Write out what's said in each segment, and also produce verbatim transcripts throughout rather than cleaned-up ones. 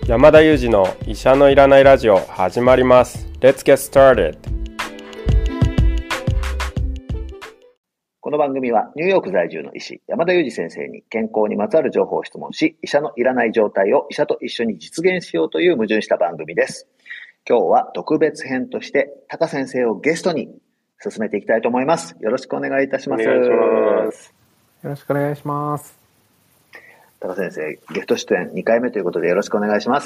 山田裕二の医者のいらないラジオ始まります。 Let's get started。 この番組はニューヨーク在住の医師山田裕二先生に健康にまつわる情報を質問し、医者のいらない状態を医者と一緒に実現しようという矛盾した番組です。今日は特別編としてタカ先生をゲストに進めていきたいと思います。よろしくお願いいたします。 お願いします。 よろしくお願いします。 タカ先生、ゲスト出演にかいめということでよろしくお願いします。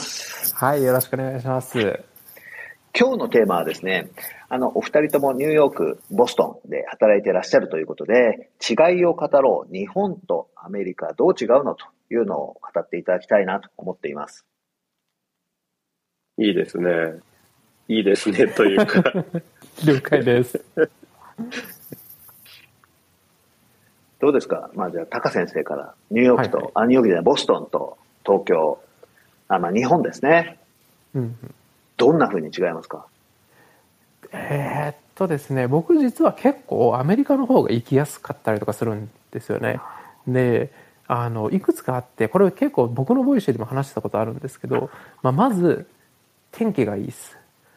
はい、よろしくお願いします。 今日のテーマはですね、あのお二人ともニューヨーク、ボストンで働いていらっしゃるということで、違いを語ろう、日本とアメリカどう違うのというのを語っていただきたいなと思っています。 いいですね。いいですねというか了解ですどうですか。まあ、じゃあタカ先生からニューヨークと、はいはい、あニューヨークでボストンと東京、あ、まあ、日本ですね、うんうん、どんな風に違いますか。 えー、っとですね僕実は結構アメリカの方が行きやすかったりとかするんですよね。であのいくつかあって、これ結構僕のボイシーでも話したことあるんですけど、まあ、まず天気がいいです。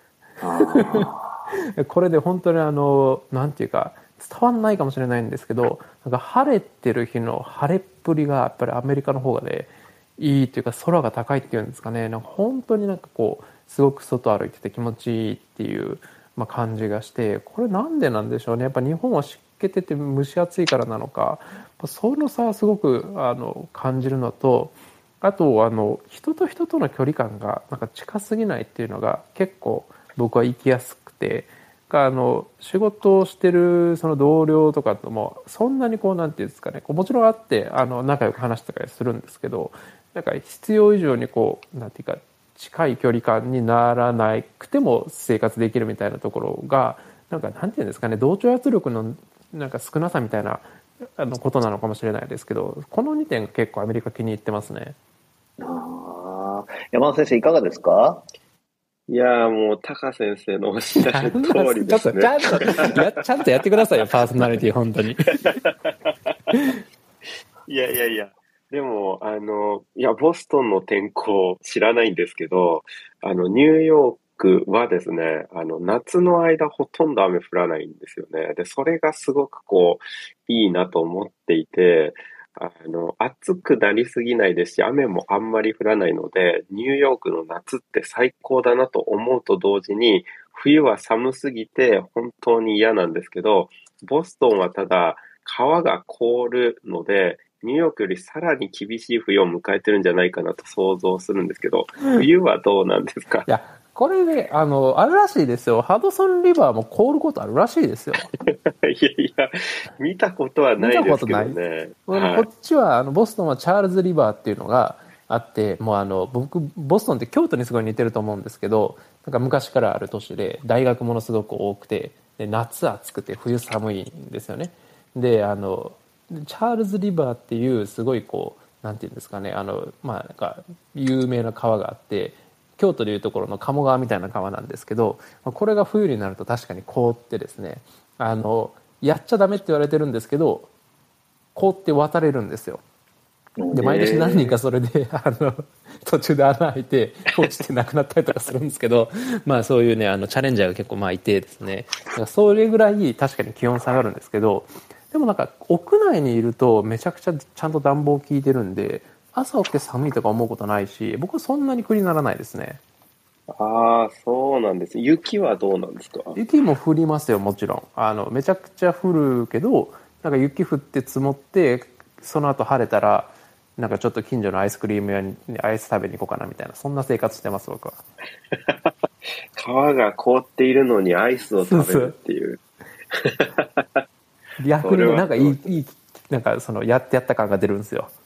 これで本当にあのなんていうか伝わんないかもしれないんですけど、なんか晴れてる日の晴れっぷりがやっぱりアメリカの方がねいいというか、空が高いっていうんですかね、なんか本当になんかこうすごく外歩いてて気持ちいいっていう、まあ、感じがして、これなんでなんでしょうね。やっぱ日本は湿気てて蒸し暑いからなのか、その差はすごくあの感じるのと、あとあの人と人との距離感がなんか近すぎないっていうのが結構僕は行きやすくて、あの仕事をしてるその同僚とかともそんなにこうなんていうんですかね、こうもちろんあってあの仲良く話したりするんですけど、なんか必要以上にこうなんていうか近い距離感にならなくても生活できるみたいなところが、なんかなんていうんですかね、同調圧力のなんか少なさみたいなあのことなのかもしれないですけど、このにてんが結構アメリカ気に入ってますね。 あ、山田先生いかがですか。 いやーもうタカ先生のおっしゃる通りですね。 ちゃんとやちゃんとやってくださいよ、パーソナリティ本当に。 いやいやいや、でもあのいやボストンの天候知らないんですけど、あのニューヨークはですね、あの夏の間ほとんど雨降らないんですよね。でそれがすごくこういいなと思っていて。あの暑くなりすぎないですし、雨もあんまり降らないので、ニューヨークの夏って最高だなと思うと同時に、冬は寒すぎて本当に嫌なんですけど、ボストンはただ川が凍るので、ニューヨークよりさらに厳しい冬を迎えてるんじゃないかなと想像するんですけど、冬はどうなんですか。 いやこれね、あの、あるらしいですよ。ハドソンリバーも凍ることあるらしいですよ。 いやいや、見たことはないですけどね。 はい、こっちは、あの、ボストンはチャールズリバーっていうのがあって、もうあの、僕、ボストンって京都にすごい似てると思うんですけど、なんか昔からある都市で、大学ものすごく多くて、で夏暑くて冬寒いんですよね。で、あの、チャールズリバーっていうすごいこう、なんていうんですかね、あの、まあ、なんか、有名な川があって、京都でいうところの鴨川みたいな川なんですけど、これが冬になると確かに凍ってですね、あのやっちゃダメって言われてるんですけど、凍って渡れるんですよ。で毎年何人かそれであの途中で穴開いて落ちて亡くなったりとかするんですけど、まあそういうねあのチャレンジャーが結構まあいてですね、だからそれぐらい確かに気温下がるんですけど、でもなんか屋内にいるとめちゃくちゃちゃんと暖房効いてるんで、朝起きて寒いとか思うことないし、僕はそんなに苦にならないですね。 ああ、そうなんです。雪はどうなんですか。 雪も降りますよ、もちろん。あのめちゃくちゃ降るけど、なんか雪降って積もってその後晴れたらなんかちょっと近所のアイスクリーム屋にアイス食べに行こうかなみたいな、そんな生活してます僕は。 川が凍っているのにアイスを食べるっていう。 逆になんかいいいいなんかそのやってやった感が出るんですよ。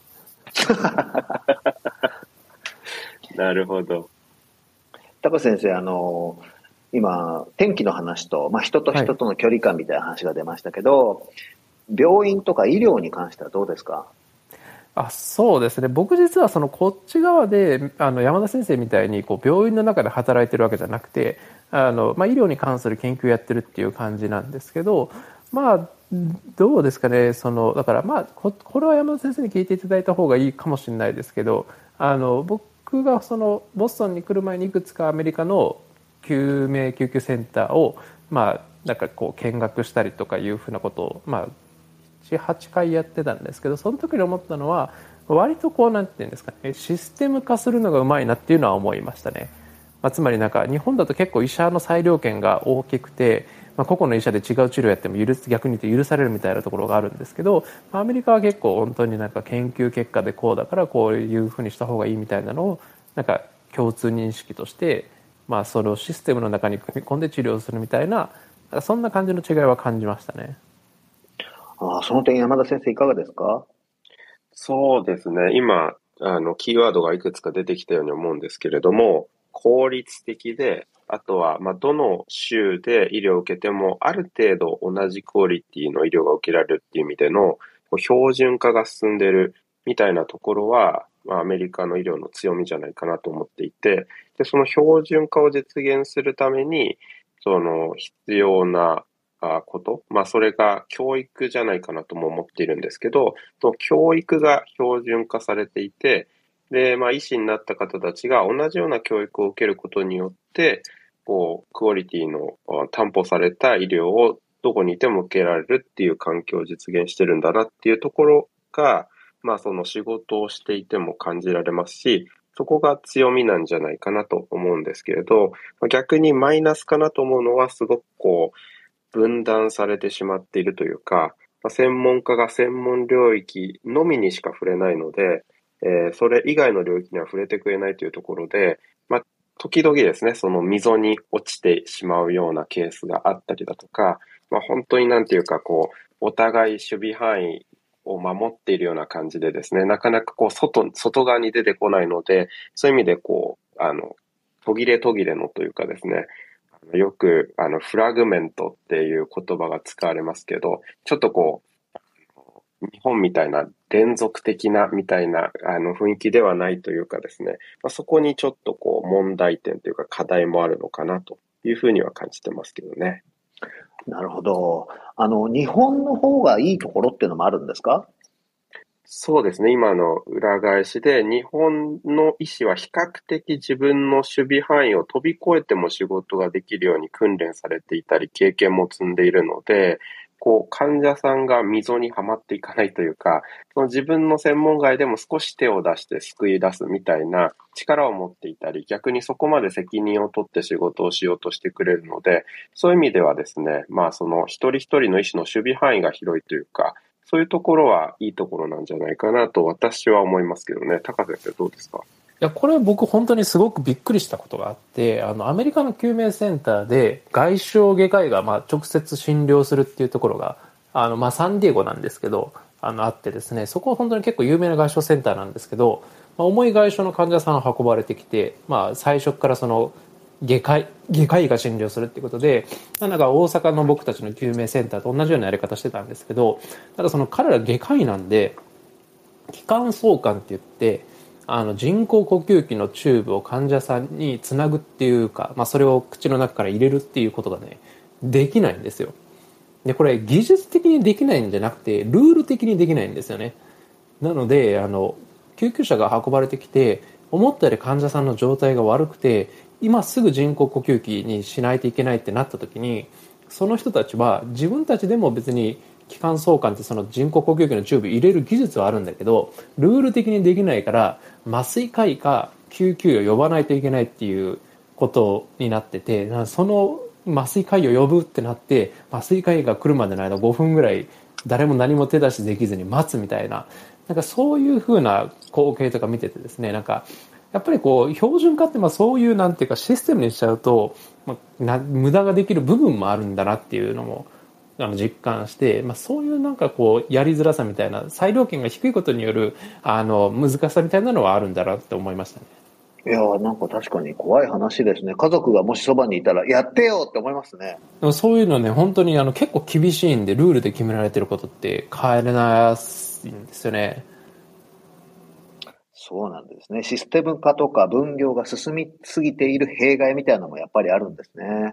なるほど。 高先生、あの今天気の話と、まあ、人と人との距離感みたいな話が出ましたけど、はい、病院とか医療に関してはどうですか。 あ、そうですね。僕実はそのこっち側であの山田先生みたいにこう病院の中で働いてるわけじゃなくて、あの、まあ、医療に関する研究をやってるっていう感じなんですけど、まあどうですかね。そのだからまあ こ, これは山田先生に聞いていただいた方がいいかもしれないですけど、あの僕僕がそのボストンに来る前にいくつかアメリカの救命救急センターをまあなんかこう見学したりとかいうふうなことをまあななはちかいやってたんですけど、その時に思ったのは割とこうなんていうんですかね、システム化するのがうまいなっていうのは思いましたね。まあ、つまりなんか日本だと結構医者の裁量権が大きくて、まあ、個々の医者で違う治療やっても許す逆に言って許されるみたいなところがあるんですけど、アメリカは結構本当になんか研究結果でこうだからこういうふうにした方がいいみたいなのをなんか共通認識として、まあ、それをシステムの中に組み込んで治療するみたいな、そんな感じの違いは感じましたね。 ああ、その点山田先生いかがですか？ そうですね。今、あの、キーワードがいくつか出てきたように思うんですけれども、効率的で、あとは、まあ、どの州で医療を受けても、ある程度同じクオリティの医療が受けられるっていう意味での、こう標準化が進んでるみたいなところは、まあ、アメリカの医療の強みじゃないかなと思っていて、で、その標準化を実現するために、その必要なあこと、まあ、それが教育じゃないかなとも思っているんですけど、と教育が標準化されていて、で、まあ、医師になった方たちが同じような教育を受けることによって、こう、クオリティのあ担保された医療をどこにいても受けられるっていう環境を実現してるんだなっていうところが、まあ、その仕事をしていても感じられますし、そこが強みなんじゃないかなと思うんですけれど、まあ逆にマイナスかなと思うのは、すごくこう、分断されてしまっているというか、まあ専門家が専門領域のみにしか触れないので、えーそれ以外の領域には触れてくれないというところで、まあ、時々ですね、その溝に落ちてしまうようなケースがあったりだとか、まあ、本当になんていうか、こう、お互い守備範囲を守っているような感じでですね、なかなかこう、外、外側に出てこないので、そういう意味でこう、あの、途切れ途切れのというかですね、よく、あの、フラグメントっていう言葉が使われますけど、ちょっとこう、日本みたいな連続的なみたいなあの雰囲気ではないというかですね、まあ、そこにちょっとこう問題点というか課題もあるのかなというふうには感じてますけどね。 なるほど。あの、日本の方がいいところっていうのもあるんですか？ そうですね。今の裏返しで、日本の医師は比較的自分の守備範囲を飛び越えても仕事ができるように訓練されていたり、経験も積んでいるので、こう、患者さんが溝にはまっていかないというか、その自分の専門外でも少し手を出して救い出すみたいな力を持っていたり、逆にそこまで責任を取って仕事をしようとしてくれるので、そういう意味ではですね、まあその一人一人の医師の守備範囲が広いというか、そういうところはいいところなんじゃないかなと私は思いますけどね。高先生どうですか？ いや、これ僕本当にすごくびっくりしたことがあって、あの、アメリカの救命センターで外傷外科医がまあ直接診療するっていうところが、あの、まあサンディエゴなんですけど、あの、あってですね、そこは本当に結構有名な外傷センターなんですけど、まあ、重い外傷の患者さんを運ばれてきて、まあ最初からその、外科医、外科医が診療するっていうことで、まあなんか大阪の僕たちの救命センターと同じようなやり方してたんですけど、ただその彼ら外科医なんで、気管相関って言って、あの人工呼吸器のチューブを患者さんにつなぐっていうか、まあ、それを口の中から入れるっていうことがねできないんですよ。でこれ技術的にできないんじゃなくてルール的にできないんですよね。なのであの救急車が運ばれてきて思ったより患者さんの状態が悪くて今すぐ人工呼吸器にしないといけないってなった時にその人たちは自分たちでも別に気管相関ってその人工呼吸器のチューブ入れる技術はあるんだけどルール的にできないから麻酔科医か救急を呼ばないといけないっていうことになっててその麻酔科医を呼ぶってなって麻酔科医が来るまでの間ごふんぐらい誰も何も手出しできずに待つみたいななんかそういう風な光景とか見ててですねなんかやっぱりこう標準化ってまあそういうなんていうかシステムにしちゃうと、まあ、な無駄ができる部分もあるんだなっていうのもあの実感して、まあ、そういうなんかこうやりづらさみたいな裁量権が低いことによるあの難しさみたいなのはあるんだなって思いましたね。 いやー、なんか確かに怖い話ですね。家族がもしそばにいたら、やってよって思いますね。 でもそういうのね本当にあの結構厳しいんでルールで決められてることって変えれないんですよね。 そうなんですね。システム化とか分業が進みすぎている弊害みたいなのもやっぱりあるんですね。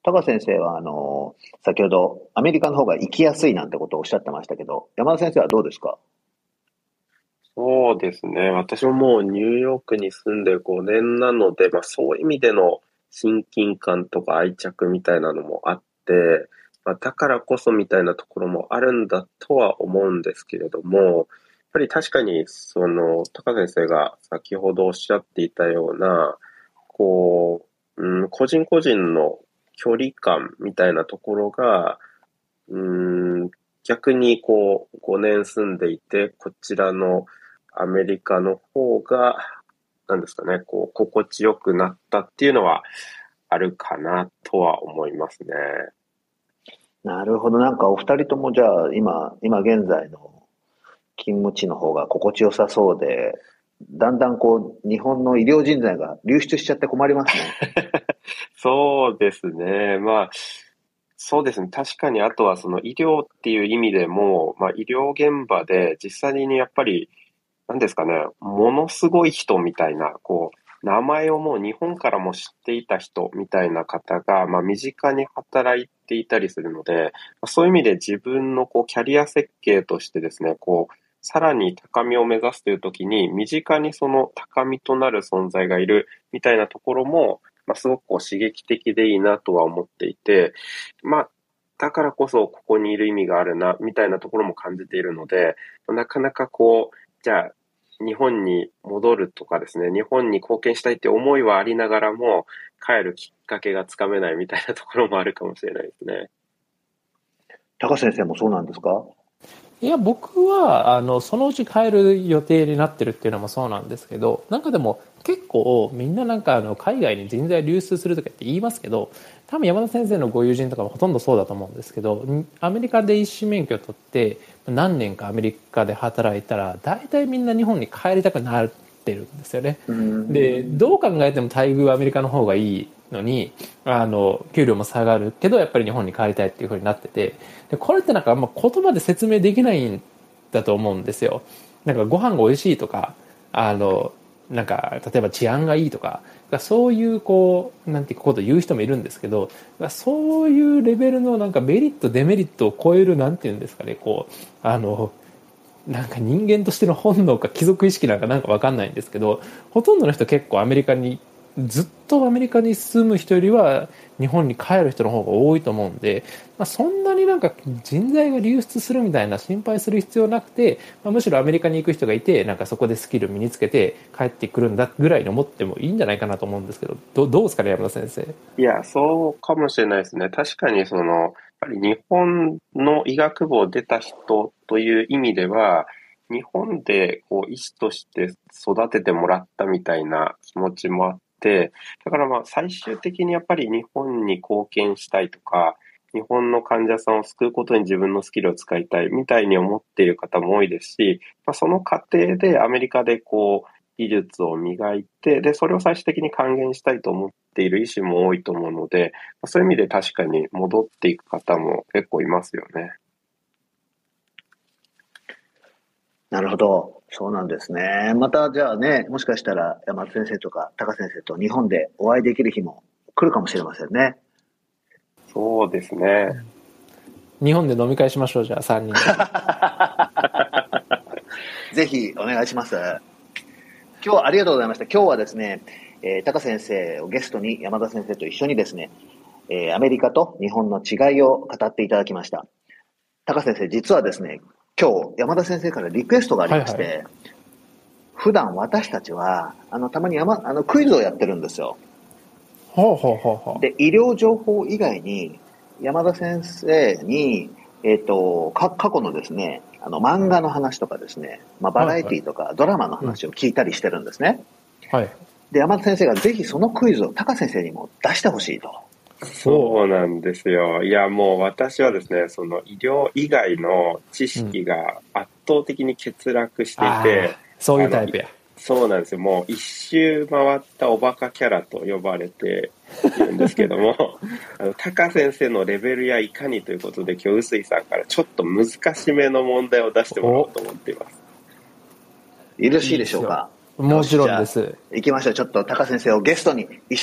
高先生は、あの、先ほどアメリカの方が行きやすいなんてことをおっしゃってましたけど、山田先生はどうですか？ そうですね。私ももうニューヨークに住んでごねんなので、まあそういう意味での親近感とか愛着みたいなのもあって、まあ、だからこそみたいなところもあるんだとは思うんですけれども、やっぱり確かに、その、高先生が先ほどおっしゃっていたような、こう、うん、個人個人の距離感みたいなところが、うん、逆にこう、ごねん住んでいて、こちらのアメリカの方が、なんですかね、こう、心地よくなったっていうのはあるかなとは思いますね。 なるほど。なんかお二人ともじゃあ今、今現在の勤務地の方が心地よさそうで、だんだんこう日本の医療人材が流出しちゃって困りますね。 そうですね。まあ、そうですね。確かに、あとはその医療っていう意味でも、まあ、医療現場で実際にやっぱり、なんですかね、ものすごい人みたいな、こう、名前をもう日本からも知っていた人みたいな方が、まあ、身近に働いていたりするので、まあそういう意味で自分のこうキャリア設計としてですね、こう、さらに高みを目指すというときに、身近にその高みとなる存在がいるみたいなところも、まあ、すごくこう刺激的でいいなとは思っていて、まあ、だからこそここにいる意味があるな、みたいなところも感じているので、なかなかこう、じゃあ、日本に戻るとかですね、日本に貢献したいって思いはありながらも、帰るきっかけがつかめないみたいなところもあるかもしれないですね。 高先生もそうなんですか？ いや、僕はあのそのうち帰る予定になってるっていうのもそうなんですけど、なんかでも結構みんななんかあの海外に人材流出するとかって言いますけど、多分山田先生のご友人とかもほとんどそうだと思うんですけど、アメリカで医師免許を取って何年かアメリカで働いたら大体みんな日本に帰りたくなってるんですよね。で、どう考えても待遇はアメリカの方がいいのに、あの給料も下がるけどやっぱり日本に帰りたいっていう風になってて、でこれってなんかあんま言葉で説明できないんだと思うんですよ。なんかご飯が美味しいとか、あのなんか例えば治安がいいとか、そういうこうなんていうことを言う人もいるんですけど、そういうレベルのなんかメリットデメリットを超えるなんていうんですかね、こうあのなんか人間としての本能か貴族意識なんかなんか分かんないんですけど、ほとんどの人結構アメリカにずっとアメリカに住む人よりは日本に帰る人の方が多いと思うんで、まあ、そんなになんか人材が流出するみたいな心配する必要なくて、まあ、むしろアメリカに行く人がいてなんかそこでスキル身につけて帰ってくるんだぐらいに思ってもいいんじゃないかなと思うんですけど、ど, どうですかね山田先生。 いや、そうかもしれないですね。確かにその、やっぱり日本の医学部を出た人という意味では、日本でこう医師として育ててもらったみたいな気持ちもあって、だからまあ最終的にやっぱり日本に貢献したいとか、日本の患者さんを救うことに自分のスキルを使いたいみたいに思っている方も多いですし、まあ、その過程でアメリカでこう技術を磨いて、で、それを最終的に還元したいと思っている医師も多いと思うので、そういう意味で確かに戻っていく方も結構いますよね。 なるほど。そうなんですね。またじゃあね、もしかしたら山田先生とか高先生と日本でお会いできる日も来るかもしれませんね。 そうですね。 日本で飲み会しましょう、じゃあさんにんぜひお願いします。今日はありがとうございました。今日はですね、えー、高先生をゲストに山田先生と一緒にですね、えー、アメリカと日本の違いを語っていただきました。高先生、実はですね、今日山田先生からリクエストがありまして、はいはい、普段私たちはあのたまに山あのクイズをやってるんですよ。 ほうほうほうほう。 で、医療情報以外に山田先生に、えっと、か過去のですね、あの漫画の話とかですね、まあ、バラエティとかドラマの話を聞いたりしてるんですね。 はい。 で、山田先生がぜひそのクイズを高先生にも出してほしいと。 そうなんですよ。いや、もう私はですね、その医療以外の知識が圧倒的に欠落していて、うん、 そういうタイプや。 そうなんですよ。もう一周回ったおバカキャラと呼ばれているんですけども、あの高先生のレベルやいかにということで、今日臼井さんからちょっと難しめの問題を出してもらおうと思っています。 よろしいでしょうか？ もちろんです。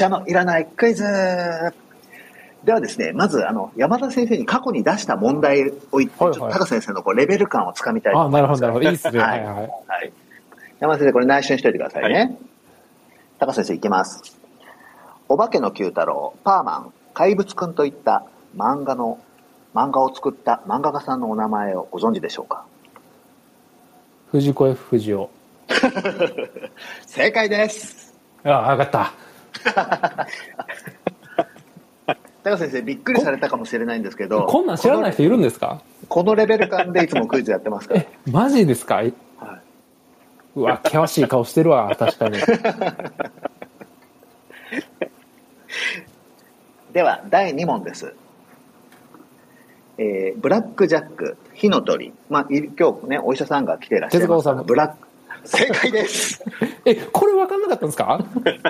行きましょう。ちょっと高先生をゲストに医者のいらないクイズ。 ではですね、まず、あの、山田先生に過去に出した問題を言って、はいはい、ちょっと高先生のこうレベル感をつかみたいと思います。 あ、なるほど、なるほど。いいですね。はい、はい、はい。 山田先生、これ内緒にしといてくださいね。はい、高先生、いきます。お化けの九太郎、パーマン、怪物くんといった漫画の、漫画を作った漫画家さんのお名前をご存知でしょうか？ 藤子 F 不二雄。 正解です。 ああ、分かった。 高先生びっくりされたかもしれないんですけど、 こんなん知らない人いるんですか？ このレベル感でいつもクイズやってますから。 え、マジですか？はい、うわ、険しい顔してるわ、確かに。 ではだいに問です。えー、ブラックジャック、火の鳥、まあ、今日ねお医者さんが来ていらっしゃいます。ブラック、正解です。 え、これ分かんなかったんですか？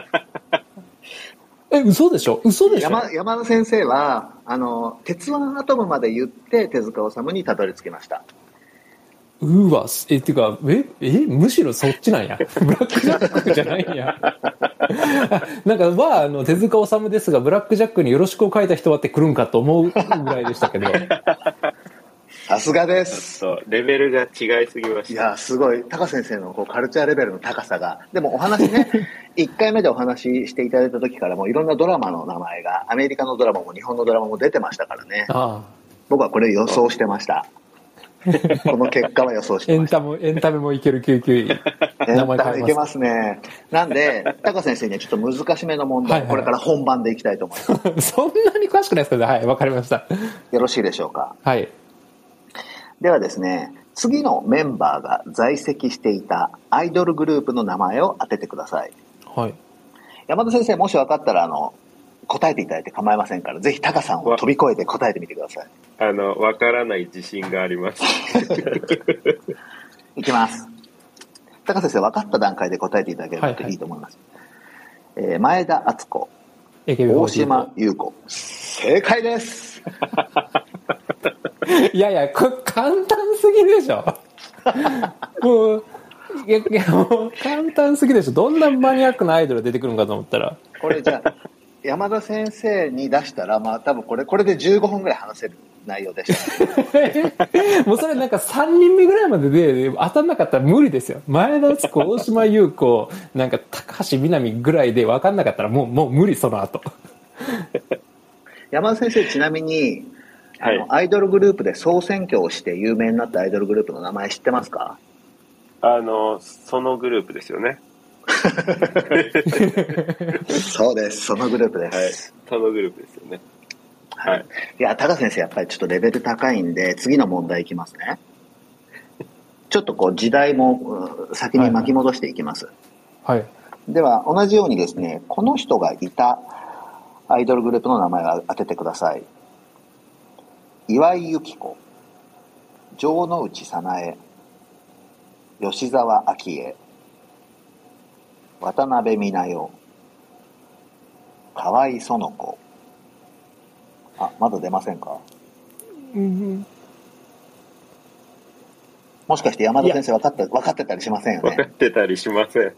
え、嘘でしょ？嘘でしょ？ 山、山田先生はあの鉄腕アトムまで言って手塚治虫にたどり着きました。 うわ、え、っていうか、え、え、むしろそっちなんや。ブラックジャックじゃないんや。なんか、は、あの、手塚治虫ですが、ブラックジャックによろしくを書いた人はって来るんかと思うぐらいでしたけど。 さすがです。 そう、レベルが違いすぎました。 いや、すごい。高先生のこうカルチャーレベルの高さが。でもお話ね、いっかいめでお話ししていただいた時からもいろんなドラマの名前が、アメリカのドラマも日本のドラマも出てましたからね。ああ、僕はこれ予想してました。この結果は予想してました。エンタメ、エンタメもいける救急医。 エンタメいけますね。なんで、高先生にはちょっと難しめの問題、はいはい、これから本番でいきたいと思います。 そんなに詳しくないですけど、はい、わかりました。 よろしいでしょうか。 はい。 ではですね、次のメンバーが在籍していたアイドルグループの名前を当ててください。 はい。 山田先生、もし分かったら、あの、答えていただいて構いませんから、ぜひタカさんを飛び越えて答えてみてください。 あの、分からない自信があります。 いきます。タカ先生、分かった段階で答えていただければいいと思います。はいはい、えー、前田敦子、大島優子。正解です。 いやいや、これ簡単すぎるでしょ。もう、いやいやもう簡単すぎるでしょ。どんなマニアックなアイドル出てくるのかと思ったら。 これじゃあ、山田先生に出したら、まあ多分これ、これでじゅうごふんぐらい話せる内容でした、 ね。もうそれなんかさんにんめぐらいまでで当たんなかったら無理ですよ。前田敦子、大島優子、なんか高橋みなみぐらいで分かんなかったらもう、もう無理、その後。 山田先生、ちなみに、あの、はい、アイドルグループで総選挙をして有名になったアイドルグループの名前知ってますか？ あの、そのグループですよね。 そうです、そのグループです。 はい、そのグループですよね。 はい。はい、いや、高先生、やっぱりちょっとレベル高いんで、次の問題いきますね。ちょっとこう、時代も先に巻き戻していきます。 はい。はい、 では、同じようにですね、この人がいたアイドルグループの名前を当ててください。岩井由紀子、城之内早苗、吉沢昭恵、渡辺美奈代、河合園子。あ、まだ出ませんか？ うん、 もしかして山田先生分かって分かってたりしませんよね？ 分かってたりしません。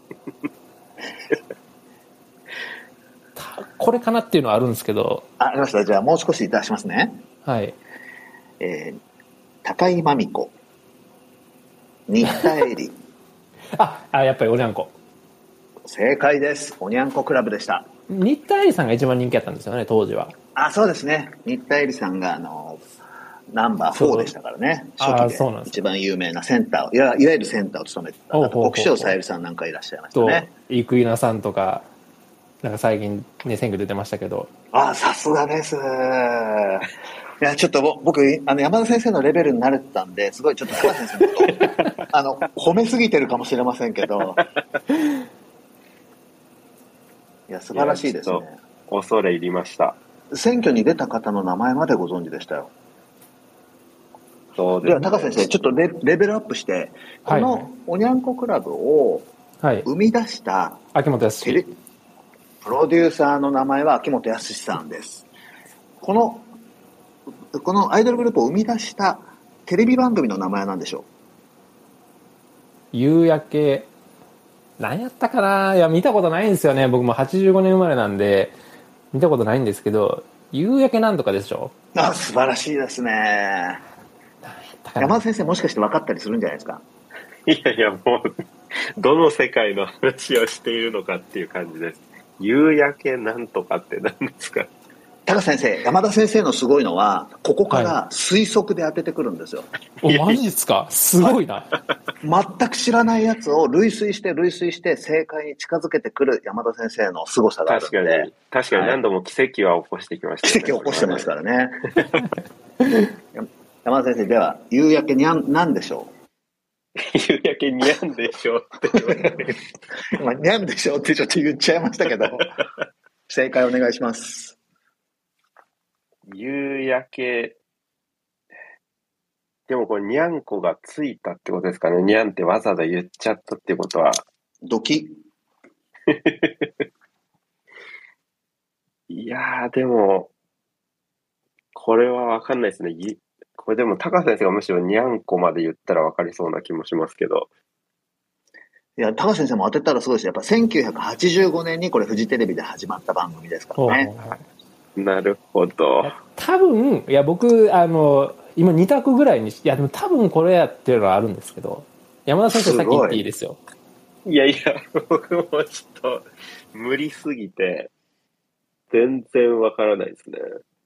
これかなっていうのはあるんですけど。 あ、ありました。じゃあもう少し出しますね。 はい。 えー、高井真美子、新田恵里。 ああ、やっぱりおにゃんこ。 正解です。おにゃんこクラブでした。 新田恵里さんが一番人気だったんですよね、当時は。 あ、そうですね。新田恵里さんがあのナンバーフォーでしたからね。初期で一番有名なセンター、いわいわゆるセンターを務めてた。あと国生さゆりさんなんかいらっしゃいましたね。 生稲さんとか、なんか最近ね選挙出てましたけど。 あ、さすがです。いや、ちょっと僕、あの、山田先生のレベルに慣れてたんで、すごいちょっと高橋先生のこと、あの、褒めすぎてるかもしれませんけど、いや、素晴らしいですね。 恐れ入りました。 選挙に出た方の名前までご存知でしたよ。 そうですね。 では、高橋先生、ちょっと レ, レベルアップして、このおにゃんこクラブを生み出した、はい、 秋元康。 プロデューサーの名前は秋元康さんです。このこのアイドルグループを生み出したテレビ番組の名前は何でしょう？ 夕焼け、何やったかな。いや、見たことないんですよね。僕もはちじゅうごねん生まれなんで見たことないんですけど、 夕焼けなんとかでしょ。 あ、素晴らしいですね。山田先生もしかして分かったりするんじゃないですか。 いやいや、もう、どの世界の話をしているのかっていう感じです。夕焼けなんとかって何ですか？ 高先生、山田先生のすごいのは、ここから推測で当ててくるんですよ。 はい、お、マジですか？すごいな。 全く知らないやつを類推して類推して正解に近づけてくる山田先生の凄さがあるので。 確かに、確かに何度も奇跡は起こしてきましたね。 奇跡を起こしてますからね。山田先生、では、夕焼けにゃん、なんでしょう？夕焼けにゃんでしょって言われて。 今、にゃんでしょってちょっと言っちゃいましたけど、正解お願いします。 夕焼け、でもこれにゃんこがついたってことですかね。にゃんってわざわざ言っちゃったってことは。 ドキ。 いやー、でも、これはわかんないですね。これでも、高先生がむしろにゃんこまで言ったらわかりそうな気もしますけど。 いや、高先生も当てたらすごいです。やっぱせんきゅうひゃくはちじゅうごねんにこれフジテレビで始まった番組ですからね。 なるほど。 多分、いや、僕、あの、今に択ぐらいに、いや、でも多分これやっていうのはあるんですけど、山田先生先言っていいですよ。 いやいや、僕もちょっと無理すぎて、全然わからないですね。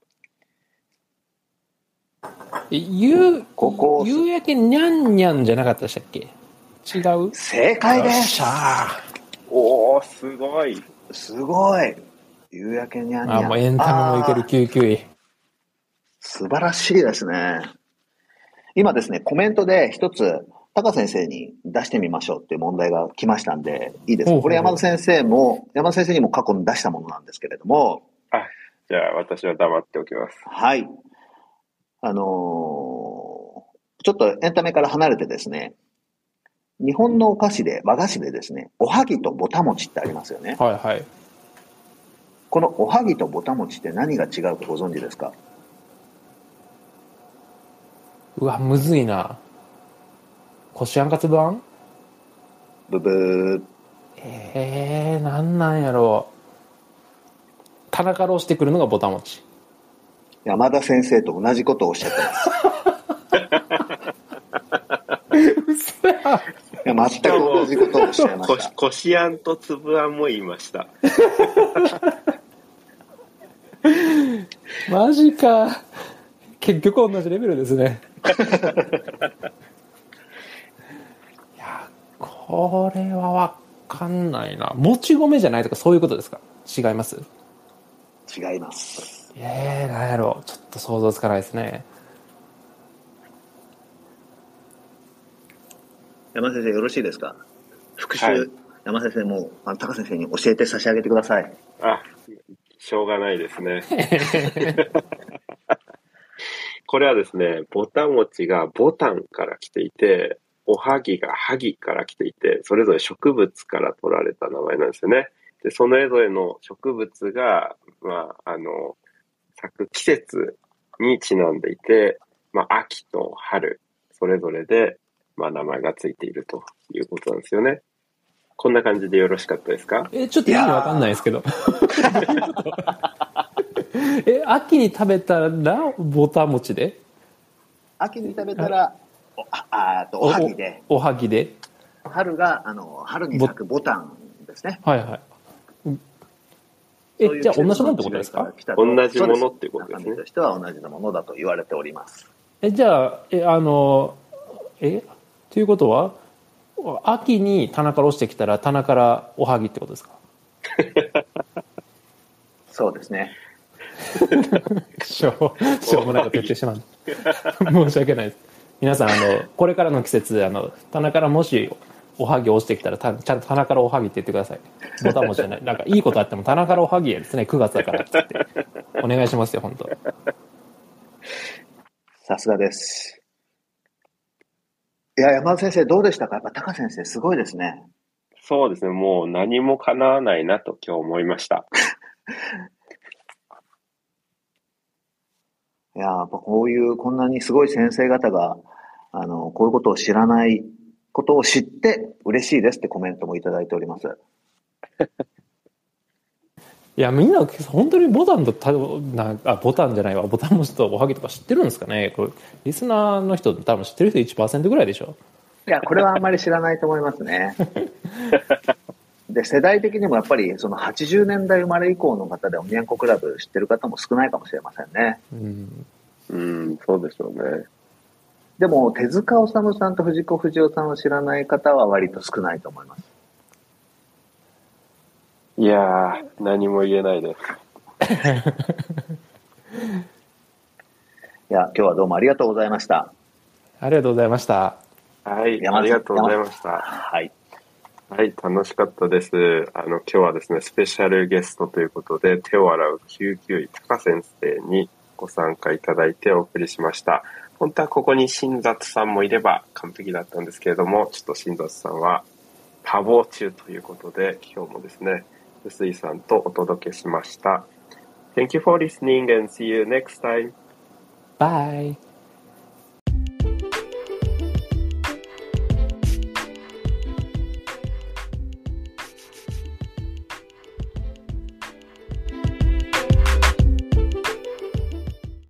夕、ここ夕焼けにゃんにゃんじゃなかったでしたっけ？違う？ 正解です。 おー、すごい。 すごい。夕焼けにゃんにゃん。 あ、もうエンタメもいけるきゅうきゅうい。 素晴らしいですね。今ですね、コメントで一つ、高先生に出してみましょうっていう問題が来ましたんで、いいですか？これ山田先生も、山田先生にも過去に出したものなんですけれども。 あ、じゃあ私は黙っておきます。 はい。あのー、ちょっとエンタメから離れてですね、日本のお菓子で、和菓子でですね、おはぎとぼたもちってありますよね。 はいはい。 このおはぎとぼたもちって何が違うかご存知ですか？ うわ、むずいな。こしあんかつぶあん？ ブブー。 えー、なんなんやろう。棚から押してくるのがぼたもち。 山田先生と同じことをおっしゃってます。 嘘や。 いや、全く同じことをおっしゃいました。 こしあんとつぶあんも言いました。 マジか。結局同じレベルですね。いや、これはわかんないな。もち米じゃないとかそういうことですか？違います？ 違います。 えー、なんやろう。ちょっと想像つかないですね。 山先生よろしいですか？復習、はい、山先生もあの高先生に教えて差し上げてください。 あ、しょうがないですね。これはですね、ぼたもちがボタンから来ていて、おはぎがはぎから来ていて、それぞれ植物から取られた名前なんですよね。で、それぞれの植物が、まあ、あの、咲く季節にちなんでいて、まあ、秋と春、それぞれで、まあ、名前がついているということなんですよね。こんな感じでよろしかったですか？ え、ちょっと意味わかんないですけど。え、秋に食べたらぼたもちで？ 秋に食べたら、お、あ、あとおはぎで。 お、おはぎで。 春が、あの、春に咲くボタンですね。 はいはい。え、じゃあ同じものってことですか？ 同じものってことですね。 中身としては同じものだと言われております。 え、じゃあ、え、あの、え、ということは、秋に棚から落ちてきたら棚からおはぎってことですか？ そうですね。 しょう、しょうもなく徹底しまう。申し訳ないです。皆さん、あの、これからの季節、あの、棚からもしおはぎ落ちてきたら、たちゃんと棚からおはぎって言ってください。ボタンもじゃない。なんかいいことあっても棚からおはぎですね。くがつだからって言って。お願いしますよ、本当。 さすがです。いや、山田先生どうでしたか？やっぱ高先生すごいですね。 そうですね。もう何も叶わないなと今日思いました。 いや、やっぱこういう、こんなにすごい先生方が、あの、こういうことを知らないことを知って嬉しいですってコメントもいただいております。 いやみんな本当にボタンとたなんあボタンじゃないわボタンの人とおはぎとか知ってるんですかね。これリスナーの人多分知ってる人 いちパーセント ぐらいでしょ。 いやこれはあんまり知らないと思いますね。で世代的にもやっぱりそのはちじゅうねんだい生まれ以降の方でおにゃんこクラブ知ってる方も少ないかもしれませんね。 うんうん、そうでしょうね。 でも手塚治虫さんと藤子不二雄さんを知らない方は割と少ないと思います。 いやー、何も言えないです。 いや、今日はどうもありがとうございました。 ありがとうございました。 はい、ありがとうございました。 はい。 はい、楽しかったです。あの、今日はですね、スペシャルゲストということで、手を洗う救急医、高先生にご参加いただいてお送りしました。本当はここに新雑さんもいれば完璧だったんですけれども、ちょっと新雑さんは多忙中ということで、今日もですね、臼井さんとお届けしました。Thank you for listening and see you next time. Bye.